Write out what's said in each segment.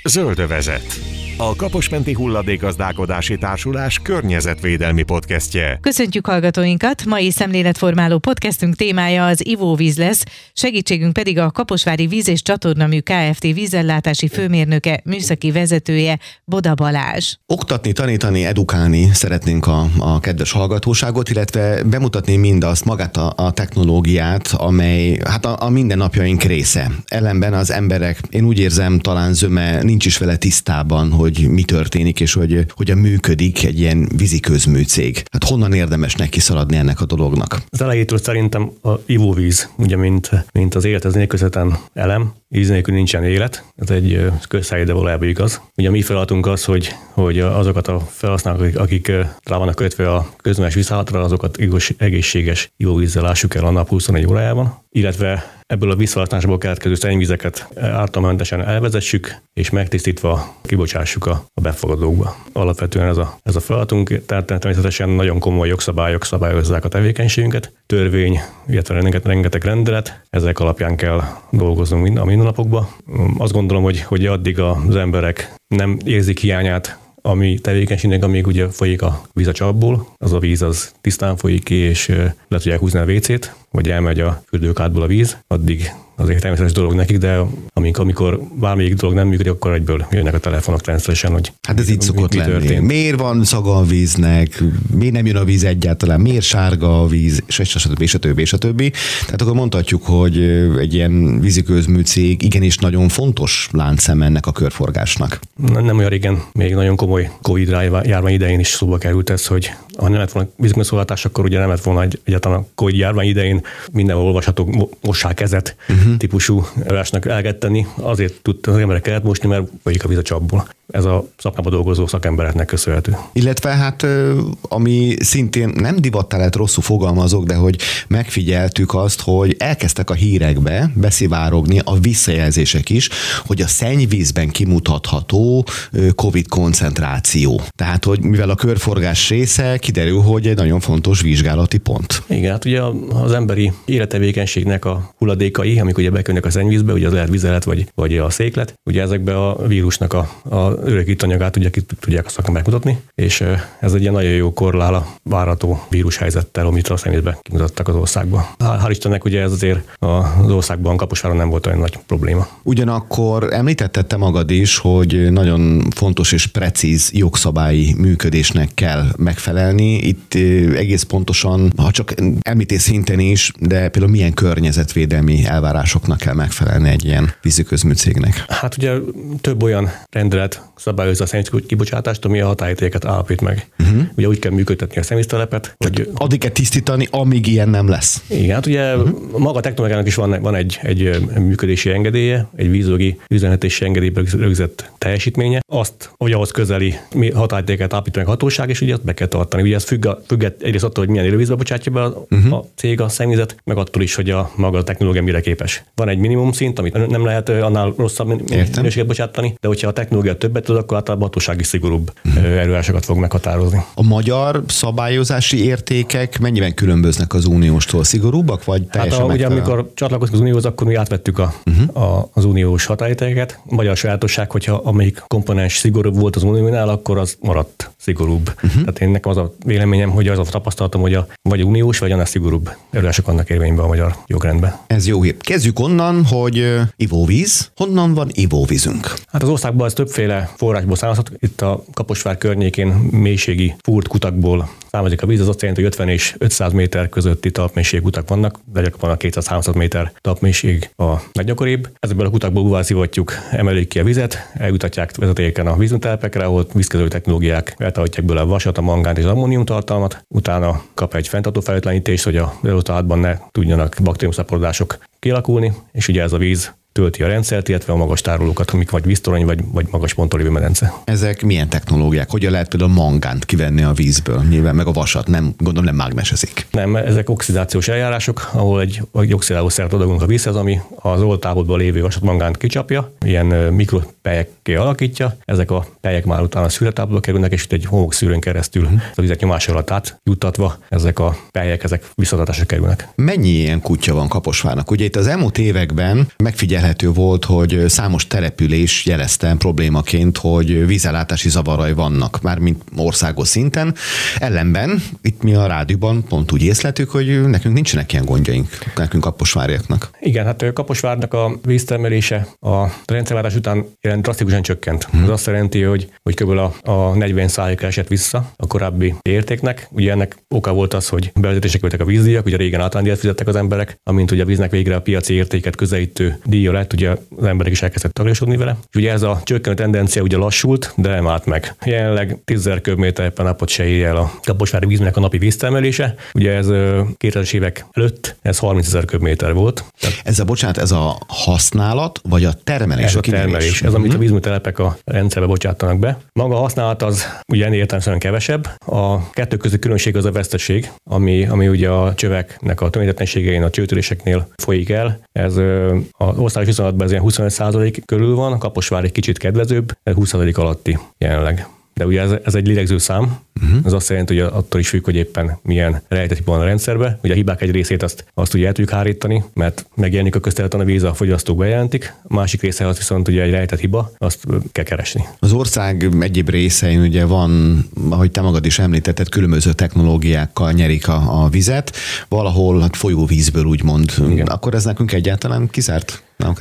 Zöldövezet. A Kaposmenti Hulladékgazdálkodási Társulás környezetvédelmi podcastje. Köszöntjük hallgatóinkat! Mai szemléletformáló podcastünk témája az ivóvíz lesz, segítségünk pedig a Kaposvári Víz- és Csatornamű Kft. Vízellátási főmérnöke, műszaki vezetője, Boda Balázs. Oktatni, tanítani, edukálni szeretnénk a kedves hallgatóságot, illetve bemutatni mindazt, magát a technológiát, amely a mindennapjaink része. Ellenben az emberek, én úgy érzem, talán zöme nincs is vele tisztában, hogy mi történik, és hogy hogyan működik egy ilyen víziközműcég. Hát honnan érdemes neki szaladni ennek a dolognak? Az elejétől szerintem a ivóvíz, ugye mint az élet, ez nélkülözhetetlen elem, víz nélkül nincsen élet, ez egy közszáj, de valójában igaz. Ugye mi feladatunk az, hogy azokat a felhasználók, akik rá vannak kötve a közműves vízhálatra, azokat egészséges ivóvízzel lássuk el a nap 24 órájában, illetve ebből a vízfelhasználásból keletkező szennyvizeket ártalommentesen elvezessük, és megtisztítva kibocsássuk a befogadókba. Alapvetően ez a feladatunk, tehát természetesen nagyon komoly jogszabályok szabályozzák a tevékenységünket, törvény, illetve rengeteg rendelet, ezek alapján kell dolgoznunk a mindennapokban. Azt gondolom, hogy addig az emberek nem érzik hiányát a mi tevékenységnek, amíg ugye folyik a víz a csapból, az a víz az tisztán folyik ki, és le tudják húzni a WC-t, vagy elmegy a fürdőkádból a víz, addig azért természetes dolog nekik, de amikor bármelyik dolog nem működik, akkor egyből jönnek a telefonok rendszeresen, hogy hát ez így szokott lenni. Történt. Miért van szaga a víznek? Miért nem jön a víz egyáltalán? Miért sárga a víz? Stb. Tehát akkor mondhatjuk, hogy egy ilyen víziközműcég igenis nagyon fontos láncszem ennek a körforgásnak. Nem olyan régen, még nagyon komoly Covid járvány idején is szóba került ez, hogy ha nem lett volna víziközműszolgáltatás, akkor ugye nem lett volna egyáltalán a Covid járvány idején mindenhol olvasható mossák kezet típusú előadásnak el kellett tenni, azért tudta az emberek kellett mosni, mert folyik a víz a csapból. Ez a szakmában dolgozó szakembereknek köszönhető. Illetve hát, ami szintén nem divattá lett, rosszul fogalmazok, de hogy megfigyeltük azt, hogy elkezdtek a hírekbe beszivárogni a visszajelzések is, hogy a szennyvízben kimutatható Covid koncentráció. Tehát, hogy mivel a körforgás része, kiderül, hogy egy nagyon fontos vizsgálati pont. Igen, hát ugye az emberi élettevékenységnek a hulladékai, amik ugye bekerülnek a szennyvízbe, ugye az lehet vizelet vagy a széklet, ugye ezekbe a vírusnak a örökítőanyagát tudják a szakemberek mutatni, és ez egy ilyen nagyon jó korrelál a várható vírushelyzettel, amit a szennyvízbe kimutattak az országban. Hál' Istennek ugye ez azért az országban, Kaposváron nem volt olyan nagy probléma. Ugyanakkor említetted te magad is, hogy nagyon fontos és precíz jogszabályi működésnek kell megfelelni. Itt egész pontosan, ha csak említés szinten is, de például milyen környezetvédelmi elvárásoknak kell megfelelni egy ilyen víziközműcégnek? Hát ugye több olyan rendelet szabályozza a szennyvíz kibocsátást, ami a határértéket állapít meg. Ugye úgy kell működtetni a szennyvíztelepet, hogy addig kell tisztítani, amíg ilyen nem lesz. Igen, hát ugye maga a technológiának is van egy működési engedélye, egy vízjogi üzemeltetési engedélybe rögzített teljesítménye. Azt, hogy ahhoz közeli határértéket állapít meg a hatóság, és ugye azt be kell tartani. Ugye ez függ egyrészt attól, hogy milyen élővízbe bocsátja be a cég a szennyvizet, meg attól is, hogy maga a technológia mire képes. Van egy minimum szint, amit nem lehet annál rosszabb minőséget bocsátani, de hogyha a technológia többet tud, akkor általában a hatóság is szigorúbb előírásokat fog meghatározni. A magyar szabályozási értékek mennyiben különböznek az unióstól? Szigorúbbak, vagy teljesen ugye amikor csatlakoztunk az unióhoz, akkor mi átvettük az uniós határértékeket. A magyar sajátosság, hogyha amelyik komponens szigorúbb volt az uniónál, akkor az maradt szigorúbb. Tehát én nekem az a véleményem, hogy az a tapasztalatom, hogy vagy uniós, vagy annál szigorúbb előírások annak érvényben a magyar jogrendben. Ez jó hír. Kezdjük onnan, hogy ivóvíz. Honnan van ivóvízünk? Hát az országban ez többféle forrásból származhat. Itt a Kaposvár környékén mélységi fúrt kutakból származik a víz, az azt jelenti, hogy 50 és 500 méter közötti talpmélységű kutak vannak, leggyakrabban a 200-300 méter talpmélység a leggyakoribb. Ezekből a kutakból újraszivattyúk, emelik ki a vizet, eljutatják vezetéken a vízműtelepekre, ahol vízkezelő technológiák eltávolítják belőle a vasat, a mangánt és az ammónium tartalmat, utána kap egy fenntartó felhőtlenítést, hogy a előtállatban ne tudjanak baktériumszaporodások kialakulni, és ugye ez a víz tölti a rendszert, illetve a magas tárolókat, amik vagy víztorony, vagy magas ponton lévő medence. Ezek milyen technológiák? Hogyan lehet például a mangánt kivenni a vízből? Nyilván meg a vasat, gondolom nem mágnesezik. Nem, ezek oxidációs eljárások, ahol egy oxidáló szert adunk a vízhez, ami az oltávolban lévő vasat mangánt kicsapja, ilyen mikropelyekké alakítja. Ezek a pelyek már utána a szűrőtáblóba kerülnek, és itt egy homokszűrőn keresztül a vizet nyomás alatt átjuttatva ezek a pelyek, ezek visszatartásra kerülnek. Mennyi ilyen kutya van Kaposvárnak? Ugye itt az elmúlt években megfigyelhető észlelhető volt, hogy számos település jelezte problémaként, hogy vízellátási zavarai vannak, mármint országos szinten. Ellenben itt mi a rádióban pont úgy észleltük, hogy nekünk nincsenek ilyen gondjaink, nekünk kaposváriaknak. Igen, hát Kaposvárnak a víztermelése a rendszerváltás után drasztikusan csökkent. Ez azt jelenti, hogy kb. a 40%-ra esett vissza a korábbi értéknek. Ugye ennek oka volt az, hogy bevezetések voltak a vízdíjak, ugye régen általánydíjat fizettek az emberek, amint ugye a víznek végre a piaci értéket közelítő díja lett, ugye az emberek is elkezdtek tagosodni vele. És ugye ez a csökkenő tendencia ugye lassult, de nem állt meg. Jelenleg 10.000 köbméter per napot se ér el a kaposvári vízműnek a napi víztermelése. Ugye ez 2000-es évek előtt ez 30.000 köbméter volt. Ez a használat, vagy a termelés? Ez a termelés, ez amit a vízműtelepek a rendszerbe bocsátanak be. Maga a használat az ugye ennél értelemszerűen kevesebb. A kettő között különbség az a veszteség, ami ugye a csöveknek a tömítetlenségein, a csőtöréseknél folyik el. Ez az országos viszonylatban ez ilyen 25% körül van, a Kaposvár egy kicsit kedvezőbb, 20% alatti jelenleg. De ugye ez egy lélegző szám, ez azt jelenti, hogy attól is függ, hogy éppen milyen rejtett hiba van a rendszerben. Ugye a hibák egy részét azt ugye el tudjuk hárítani, mert megjelenik a közterületen a víz, a fogyasztók bejelentik. A másik része az viszont ugye egy rejtett hiba, azt kell keresni. Az ország egyéb részein ugye van, ahogy te magad is említetted, különböző technológiákkal nyerik a vizet, valahol hát folyóvízből úgymond. Igen. Akkor ez nekünk egyáltalán kizárt?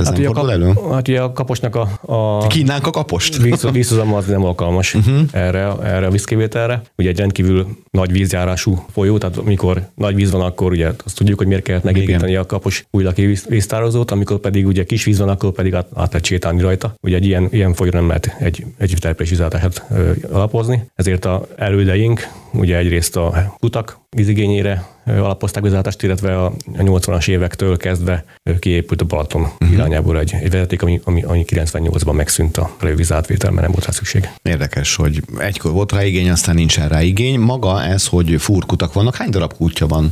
Hát ugye a kaposnak Kínnánk a kapost? Vízhozam az nem alkalmas erre a vízkivételre. Ugye egy rendkívül nagy vízjárású folyó, tehát amikor nagy víz van, akkor ugye azt tudjuk, hogy miért kellett megépíteni a kapos újlaki víztározót, amikor pedig ugye kis víz van, akkor pedig át lehet sétálni rajta. Ugye egy ilyen folyó nem lehet egy település vízellátását alapozni. Ezért az elődeink ugye egyrészt a kutak vízigényére alapozták vízellátást, illetve a 80-as évektől kezdve kiépült a Balaton irányából egy vezeték, ami 98-ban megszűnt a vízátvétel, mert nem volt rá szükség. Érdekes, hogy egykor volt rá igény, aztán nincsen rá igény. Maga ez, hogy fúrkutak vannak, hány darab kútja van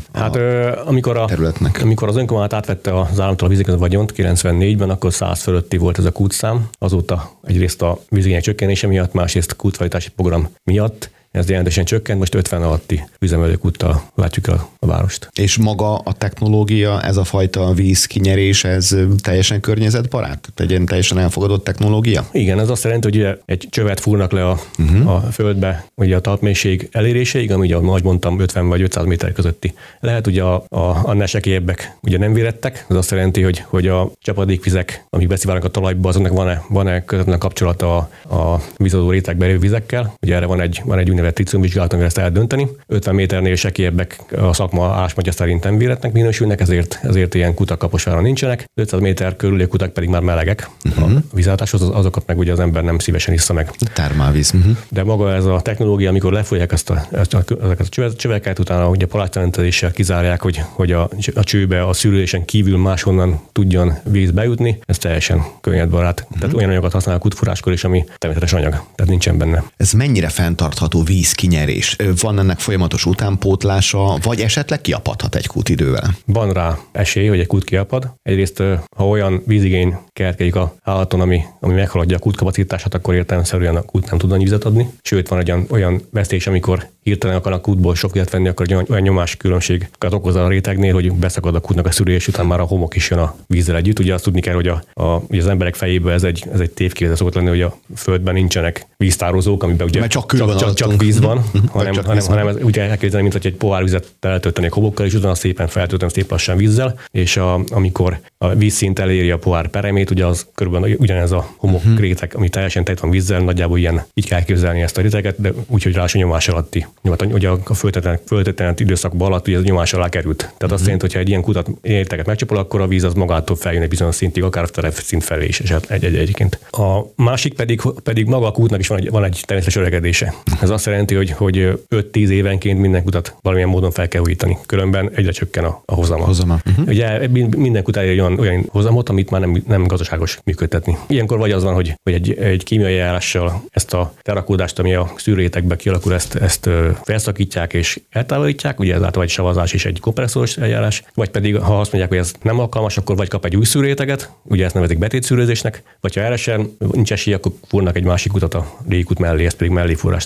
területnek? Amikor az önkormányzat átvette az államtól a vízigény vagyont 94-ben, akkor 100 fölötti volt ez a kútszám. Azóta egyrészt a vízigények csökkenése miatt, másrészt a kútfajtási program miatt ez jelentősen csökkent, most 50 alatti üzemelőkúttal látjuk el a várost. És maga a technológia, ez a fajta vízkinyerés, ez teljesen környezetbarát? Egy ilyen teljesen elfogadott technológia? Igen, ez azt jelenti, hogy ugye egy csövet fúrnak le a földbe, ugye a talpmélység eléréséig, ami ugye, ahogy mondtam, 50 vagy 500 méter közötti. Lehet ugye annál sekélyebbek ugye nem vérettek, ez azt jelenti, hogy a csapadékvizek, amik beszivárognak a talajba, azoknak van-e közvetlen kapcsolata a vízadó rétegbe lévő vizekkel. Ugye erre van egy tritiumvizsgálat, amire ezt eldönteni. 50 méternél sekélyebbek a szakma ásmagya szerint nem véretnek minősülnek, ezért ilyen kutak Kaposváron nincsenek. 500 méter körüli kutak pedig már melegek. A vízellátáshoz azokat meg ugye az ember nem szívesen issza meg. Termálvíz. De maga ez a technológia, amikor lefolyják ezeket a csöveket, utána ugye palaccementeléssel kizárják, hogy a csőbe a szűrésen kívül máshonnan tudjon víz bejutni, ez teljesen környezetbarát. Tehát olyan anyagokat használ a kútfúráskor is, ami természetes anyag, tehát nincsen benne. Ez mennyire fenntartható vízkinyerés? Van ennek folyamatos utánpótlása, vagy esetleg kiapadhat egy kút idővel? Van rá esély, hogy egy kút kiapad. Egyrészt, ha olyan vízigény keletkezik a állaton, ami meghaladja a kút kapacitását, akkor értelemszerűen a kút nem tud annyi vizet adni. Sőt, van egy olyan vesztés, amikor hirtelen akarnak kútból sok vizet venni, akkor olyan nyomás különbséget okoz a rétegnél, hogy beszakad a kútnak a szűrés, után már a homok is jön a vízzel együtt. Ugye azt tudni kell, hogy ugye az emberek fejében ez egy tévképzet szokott lenni, hogy a földben nincsenek víztározók, amiben ugye csak víz van, hanem ez úgy elképzelni, mint hogy egy pohár vizet eltöltenék homokkal, és utána szépen feltölteni szép lassan vízzel, és amikor a vízszint eléri a pohár peremét, ugye az körülbelül ugyanez a homok réteg, ami teljesen telt van vízzel, nagyjából így kell elképzelni ezt a réteget, de úgyhogy ráadásul nyomás alatti. Ugye a föltetlen időszakban alatt ugye ez nyomás alá került. Tehát azt jelenti, hogy ha egy ilyen kutat réteget megcsapol, akkor a víz az magától feljön egy bizonyos szintig, akár a terepszint felé is egyébként. A másik pedig maga a kútnak is van egy természetes öregedése. Ez azt jelenti, hogy 5-10 évenként minden kutat valamilyen módon fel kell újítani. Különben egyre csökken a hozama. Ugye minden kut elér olyan hozamot, amit már nem gazdaságos működtetni. Ilyenkor vagy az van, hogy egy kémiai eljárással ezt a terakódást, ami a szűrőrétegbe kialakul, ezt felszakítják és eltávolítják, ugye ezáltal egy savazás és egy kompresszoros eljárás, vagy pedig ha azt mondják, hogy ez nem alkalmas, akkor vagy kap egy új szűrőréteget, ugye ezt nevezik betétszűrőzésnek, vagy ha erre sem nincs esély, akkor fúrnak egy másik kutat a régi kút mellé, ezt pedig melléfúrásnak hívják.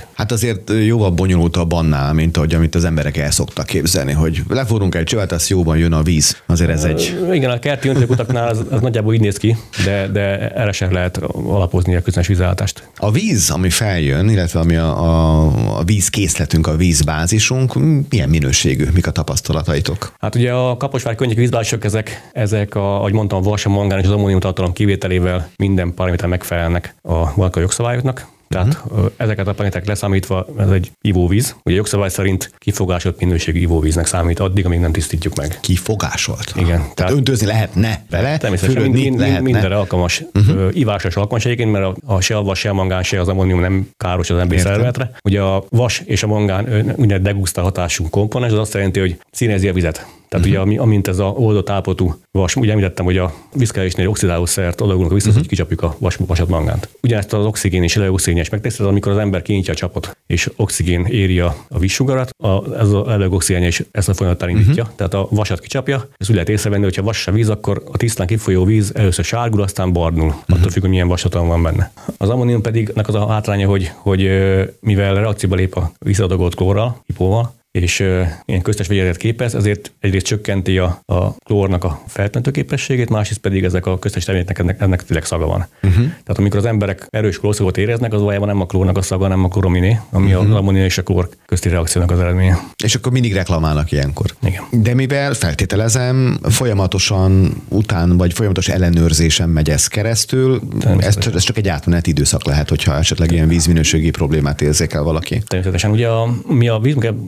Hát azért jóval bonyolultabb annál, mint amit az emberek el szoktak képzelni, hogy leforrunk egy csövet, az jóban jön a víz. Azért ez egy... Igen, a kerti öntőkutaknál az nagyjából így néz ki, de erre sem lehet alapozni a közös vízellátást. A víz, ami feljön, illetve ami a vízkészletünk, a vízbázisunk, milyen minőségű, mik a tapasztalataitok? Hát ugye a Kaposvár környéki vízbázisok, ezek ahogy mondtam, a vas, a mangán és az ammónium tartalom kivételével minden paraméter megfelelnek a valkai jogszabályoknak. Tehát ezeket a paraméterek leszámítva ez egy ivóvíz. Ugye jogszabály szerint kifogásolt minőségű ivóvíznek számít addig, amíg nem tisztítjuk meg. Kifogásolt? Igen. Tehát öntözni lehetne vele, fürödni lehetne. Mindenre alkalmas. Ivásra is alkalmas egyébként, mert se a vas, se a mangán, se az ammónium nem káros az emberi szervezetre. Ugye a vas és a mangán úgynevezett degusztál hatású komponens, az azt jelenti, hogy színezi a vizet. Tehát ugye amint ez a oldott állapotú vas, ugye említettem, hogy a vízkelésnél oxidáló szert odaugunk vissza, hogy kicsapjuk a vasat mangánt. Ugyanezt az oxigén és előoxigénes megteszed, amikor az ember kinyitja a csapot, és oxigén éri a vízsugarat, ez az előoxigénes ezt a folyamatot elindítja, tehát a vasat kicsapja, ez úgy lehet észrevenni, hogy ha vas a víz, akkor a tisztán kifolyó víz először sárgul, aztán barnul, attól függ, hogy milyen vashatalom van benne. Az ammónium pedig az a hátránya, hogy mivel reakcióba lép a visszadagolt klórral, hipóval, és ilyen köztes vegyületet képez, ezért egyrészt csökkenti a klórnak a feltöltő képességét, másrészt pedig ezek a köztes termékeknek ennek tényleg szaga van. Tehát amikor az emberek erős klórszagot éreznek, az valójában nem a klórnak a szaga, hanem a klorominé, ami az ammónia és a klór közti reakciónak az eredménye. És akkor mindig reklamálnak ilyenkor. Igen. De mivel feltételezem, folyamatosan után, vagy folyamatos ellenőrzésen megy ez keresztül, ez csak egy átmeneti időszak lehet, hogyha esetleg ilyen vízminőségi problémát érzékel valaki. Természetesen. Ugye mi a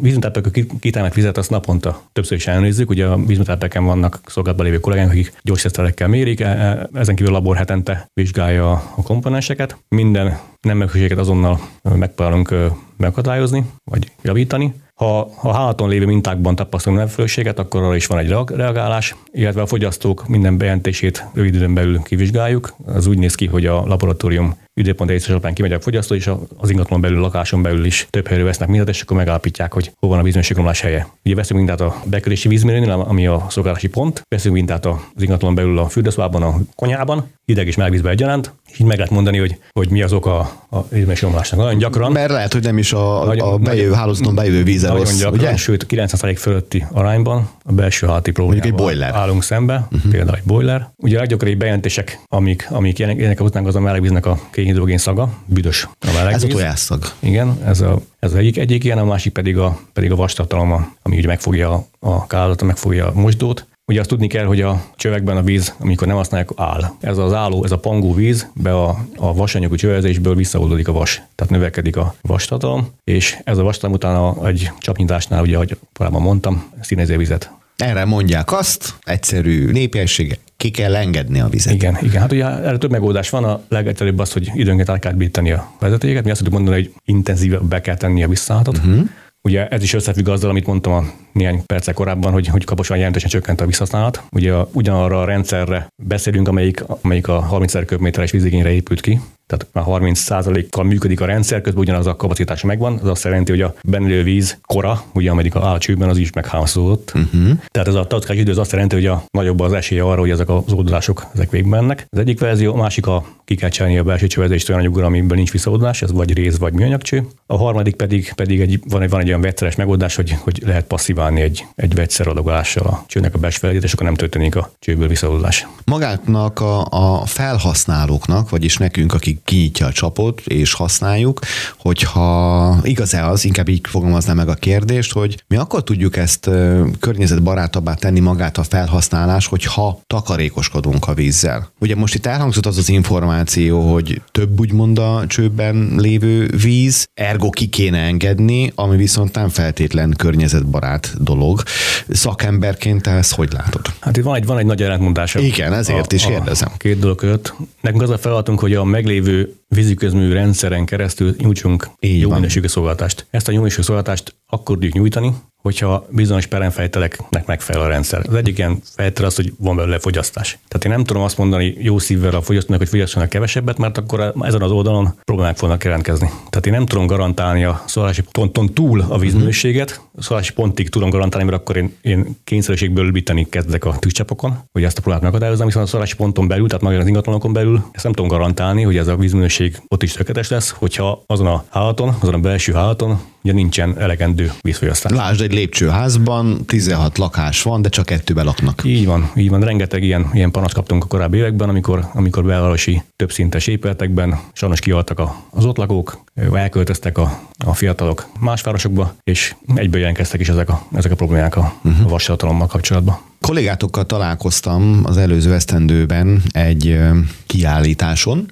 kitermelt vizet azt naponta többször is ellenőrizzük. Ugye a vízműtelepen vannak szolgálatban lévő kollégánk, akik gyorsteszterekkel mérik, ezen kívül a labor hetente vizsgálja a komponenseket. Minden nem megfelelőséget azonnal megpróbálunk megakadályozni, vagy javítani. Ha hálaton lévő mintákban tapasztalunk megfelelőséget, akkor arra is van egy reagálás, illetve a fogyasztók minden bejelentését rövid időn belül kivizsgáljuk. Az úgy néz ki, hogy a laboratórium időpont egyszer alapján kimegy a fogyasztó, és az ingatlanon belül, lakáson belül is több helyről vesznek mindet, és akkor megállapítják, hogy hol van a vízminőségromlás helye. Ugye veszünk mintát a bekötési vízmérőnél, ami a szolgáltatási pont, veszünk mintát az ingatlanon belül a fürdőszobában, a konyhában, hideg és meleg vízbe egyaránt, és így meg lehet mondani, hogy mi az oka a vízminőségromlásnak. Nagyon gyakran. Mert lehet, hogy nem is a hálózaton bejövő vízre rossz, gyakran, ugye? Sőt, 90% fölötti arányban a belső hálati problémával állunk szembe, például egy boiler. Ugye a leggyakoribb bejelentések, amik jelenek a utánk, az a melegvíznek a kénhidrogén szaga, büdös a melegvíz. Ez a tojásszag. Igen, ez az egyik ilyen, a másik pedig a vastartalom, ami ugye megfogja a kálatot, megfogja a mosdót. Ugye azt tudni kell, hogy a csövekben a víz, amikor nem használják, áll. Ez az álló, ez a pangó víz, be a vasanyagú csövezésből visszaoldódik a vas. Tehát növekedik a vastartalom, és ez a vastartalom utána egy csapnyitásnál, ugye, ahogy korábban mondtam, színezi a vizet. Erre mondják azt, egyszerű népjelenség, ki kell engedni a vizet. Igen. Hát ugye erre több megoldás van, a legegyszerűbb az, hogy időnként át kell bítani a vezetéket. Mi azt tudjuk mondani, hogy intenzívebb be kell tenni a visszaállatot. Ugye ez is összefügg azzal, amit mondtam a néhány perccel korábban, hogy Kaposvár jelentősen csökkent a visszahasználat. Ugye ugyanarra a rendszerre beszélünk, amelyik a 30 köbméteres vízigényre épült ki. Tehát már 30%-kal működik a rendszer, közben ugyanaz a kapacitása megvan. Ez azt jelenti, hogy a bennülő víz kora, ugye amelyik áll a csőben, az is megházódott. Tehát ez a tartózkodási idő az azt jelenti, hogy nagyobb az esélye arra, hogy ezek az oldalások végigmennek. Az egyik verzió, a másik ki kell cserélni a belső csövezést olyan anyaggal, amiből nincs visszaoldalás, ez vagy réz, vagy műanyagcső. A harmadik pedig van egy olyan vegyszeres megoldás, hogy lehet passziválni egy vegyszeradagolással a csőnek a belső feledét, és akkor nem történik a csőből visszaoldalás. Magátnak a felhasználóknak, vagyis nekünk, akik kinyitja a csapot és használjuk, hogyha igaz-e az, inkább így fogalmaznám meg a kérdést, hogy mi akkor tudjuk ezt környezetbarátabbá tenni magát a felhasználás, hogyha takarékoskodunk a vízzel. Ugye most itt elhangzott az információ, hogy több úgymond a csőben lévő víz, ergo ki kéne engedni, ami viszont nem feltétlen környezetbarát dolog. Szakemberként te ezt hogy látod? Hát itt van egy nagy ellentmondás. Igen, ezért is kérdezem. Két dolog között. Nekünk az a feladatunk, hogy a meglévő víziközmű rendszeren keresztül nyújtsunk jó minőségű szolgáltást. Ezt a jó minőségű szolgáltást akkor tudjuk nyújtani, hogyha bizonyos peremfejteleknek megfelel a rendszer. Az egyik ilyen fejtel az, hogy van belőle fogyasztás. Tehát én nem tudom azt mondani jó szívvel a fogyasztónak, hogy fogyassanak kevesebbet, mert akkor ezen az oldalon problémák fognak jelentkezni. Tehát én nem tudom garantálni a szólási ponton túl a vízminőséget, a szólási pontig tudom garantálni, mert akkor én kényszerűségből ülbíteni kezdek a tűzcsapokon, hogy ezt a problémát megakadályozzam, viszont a szólási ponton belül, tehát magán az ingatlanokon belül, ezt nem tudom garantálni, hogy ez a vízminőség minőség ott is tökéletes lesz, hogyha azon a belső hálózaton ugye nincsen elegendő vízfogyasztás. Lásd, egy lépcsőházban 16 lakás van, de csak 2-ben laknak. Így van. Rengeteg ilyen panaszt kaptunk a korábbi években, amikor belvárosi többszintes épületekben sajnos kihaltak az ott lakók, elköltöztek a fiatalok más városokba, és egyből jelentkeztek is ezek a problémák a vastartalommal kapcsolatban. Kollégátokkal találkoztam az előző esztendőben egy kiállításon,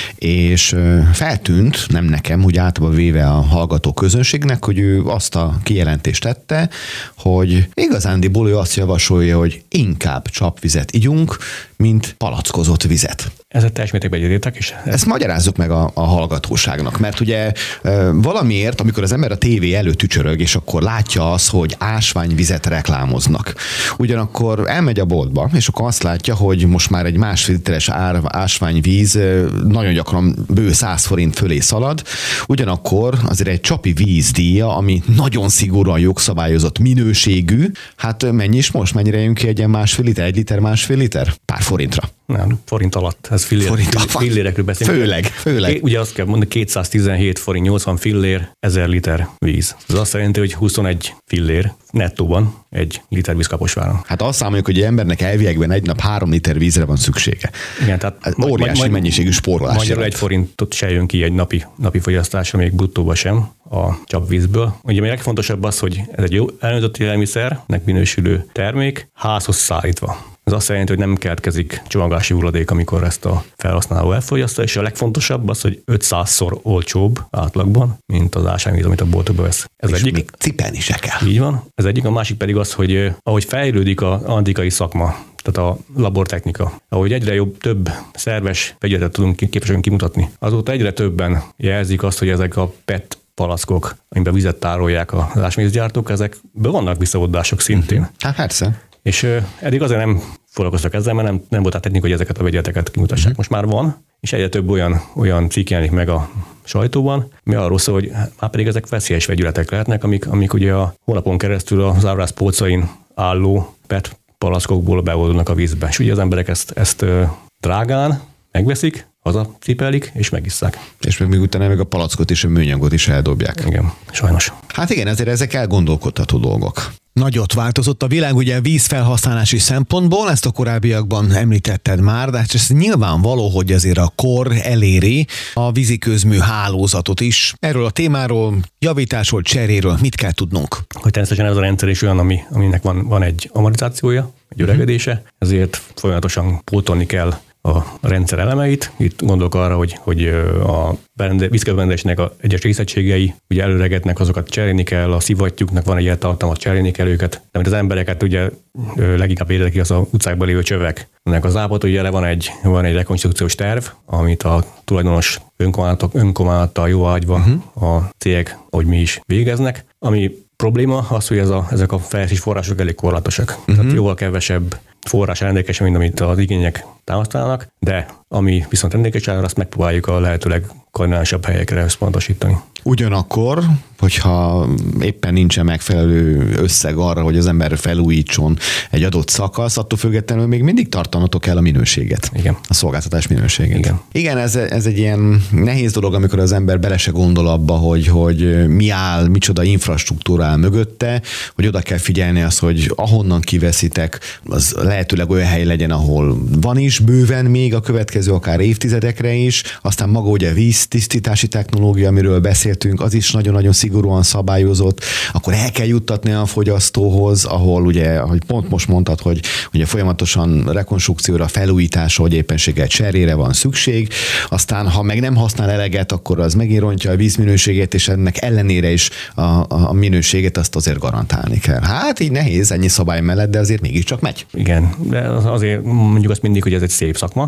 és feltűnt, nem nekem, úgy általában véve a hallgató közönségnek, hogy ő azt a kijelentést tette, hogy igazándiból ő azt javasolja, hogy inkább csapvizet igyunk, mint palackozott vizet. Ezzel teljes mértékben egyetértek is. Ezt magyarázzuk meg a hallgatóságnak, mert ugye valamiért, amikor az ember a tévé előtt tücsörög, és akkor látja azt, hogy ásványvizet reklámoznak. Ugyanakkor elmegy a boltba, és akkor azt látja, hogy most már egy 1,5 literes ásványvíz nagyon gyakran bő 100 forint fölé szalad, ugyanakkor azért egy csapi vízdíja, ami nagyon szigorúan jogszabályozott minőségű, hát mennyi is most? Mennyire jön ki egy ilyen 1,5 liter, 1 liter, 1,5 liter? Pár forintra. Nem, forint alatt. Ez fillérekről beszélünk. Főleg. Ugye azt kell mondani, 217 forint, 80 fillér, 1000 liter víz. Ez azt jelenti, hogy 21 fillér nettóban egy liter víz Kaposváron. Hát azt számoljuk, hogy egy embernek elviekben egy nap 3 liter vízre van szüksége. Igen, tehát ez óriási mennyiségű spórolás. Magyarul 1 forintot se jön ki egy napi fogyasztásra, még bruttóba sem a csapvízből. Ugye még legfontosabb az, hogy ez egy jó elnőtt élelmiszernek minősülő termék, házhoz szállítva. Ez azt jelenti, hogy nem keletkezik csomagolási hulladék, amikor ezt a felhasználó elfogyasztja, és a legfontosabb az, hogy 500-szor olcsóbb átlagban, mint az ásványvíz, amit a boltokba vesz. Ez és egyik. még cipelni se kell. Így van. Ez egyik, a másik pedig az, hogy ahogy fejlődik az antikai szakma, tehát a labortechnika, ahogy egyre több szerves vegyületet képesek kimutatni, azóta egyre többen jelzik azt, hogy ezek a PET palackok, amiben vizet tárolják az ásványvízgyártók, ezekből vannak visszaoldások szintén. Hát persze. És eddig azért nem foglalkoztak ezzel, mert nem volt a technika, hogy ezeket a vegyületeket kimutassák. Most már van, és egyre több olyan cikk jelenik meg a sajtóban, mi arról szól, hogy már pedig ezek veszélyes vegyületek lehetnek, amik ugye a hónapon keresztül az áruház polcain álló PET palackokból beoldódnak a vízbe. És ugye az emberek ezt drágán megveszik, hazacipelik és megisszák. És még utána meg a palackot és a műanyagot is eldobják. Igen, sajnos. Hát igen, ezért ezek elgondolkodtató dolgok. Nagyot változott a világ ugye vízfelhasználási szempontból, ezt a korábbiakban említetted már, de ez nyilvánvaló, hogy azért a kor eléri a víziközmű hálózatot is. Erről a témáról, javításról, cseréről mit kell tudnunk? Hogy természetesen ez a rendszer is olyan, aminek van egy amortizációja, egy öregedése, ezért folyamatosan pótolni kell a rendszer elemeit. Itt gondolok arra, hogy a vízkezelésnek a egyes részegységei ugye előregednek, azokat cserélni kell, a szivattyúknak van egy élettartalmat, cserélni kell őket. De amit az embereket ugye leginkább érdekli, az a utcákban lévő csövek. Ennek az állapot, ugye erre van egy rekonstrukciós terv, amit a tulajdonos önkormányzattal jóváhagyva a cégek, ahogy mi is végeznek, ami probléma az, hogy ezek a fejlesztési források elég korlátosak. Tehát jóval kevesebb forrás rendelkezés, mint amit az igények támasztanak, de ami viszont rendelkezés áll, azt megpróbáljuk a lehetőleg koordinálsabb helyekre összpontosítani. Ugyanakkor, hogyha éppen nincsen megfelelő összeg arra, hogy az ember felújítson egy adott szakasz, attól függetlenül még mindig tartanatok kell a minőséget. Igen. A szolgáltatás minőségét. Igen, ez egy ilyen nehéz dolog, amikor az ember bele se gondol abba, hogy mi áll, micsoda infrastruktúra áll mögötte, hogy oda kell figyelni azt, hogy ahonnan kiveszitek, az lehetőleg olyan hely legyen, ahol van is bőven még a következő akár évtizedekre is, aztán maga ugye víztisztítási technológia, amiről beszéltünk, az is nagyon-nagyon szigorúan szabályozott, akkor el kell juttatni a fogyasztóhoz, ahol ugye, ahogy pont most mondtad, hogy ugye folyamatosan rekonstrukcióra, felújításra, vagy éppenséggel cserére van szükség, aztán ha meg nem használ eleget, akkor az megint rontja a vízminőségét, és ennek ellenére is a minőséget azt azért garantálni kell. Hát így nehéz ennyi szabály mellett, de azért mégiscsak megy. Igen, de azért mondjuk azt mindig, hogy ez egy szép szakma,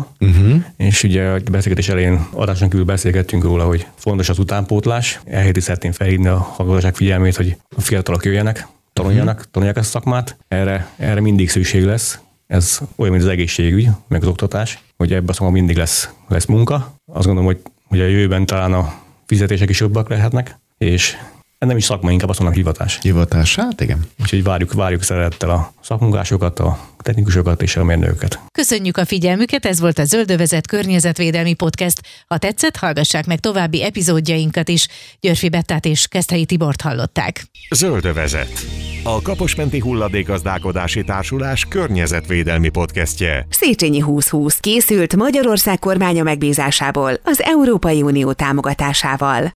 és ugye a beszélgetés elején adáson kívül beszélgettünk róla, hogy fontos az utánpótlás. Ehhez szeretném felhívni a hallgatóság figyelmét, hogy a fiatalok jöjjenek, tanulják ezt a szakmát. Erre mindig szükség lesz. Ez olyan, mint az egészségügy, meg az oktatás, hogy ebben a szakmában mindig lesz munka. Azt gondolom, hogy a jövőben talán a fizetések is jobbak lehetnek, és nem is szakma, inkább azt mondom hivatás. Hivatás, hát igen. Úgyhogy várjuk szeretettel a szakmunkásokat, a technikusokat és a mérnököket. Köszönjük a figyelmüket, ez volt a Zöldövezet környezetvédelmi podcast. Ha tetszett, hallgassák meg további epizódjainkat is. Györfi Bettát és Keszthelyi Tibort hallották. Zöldövezet. A Kaposmenti Hulladékgazdálkodási Társulás környezetvédelmi podcastje. Széchenyi 2020 készült Magyarország kormánya megbízásából az Európai Unió támogatásával.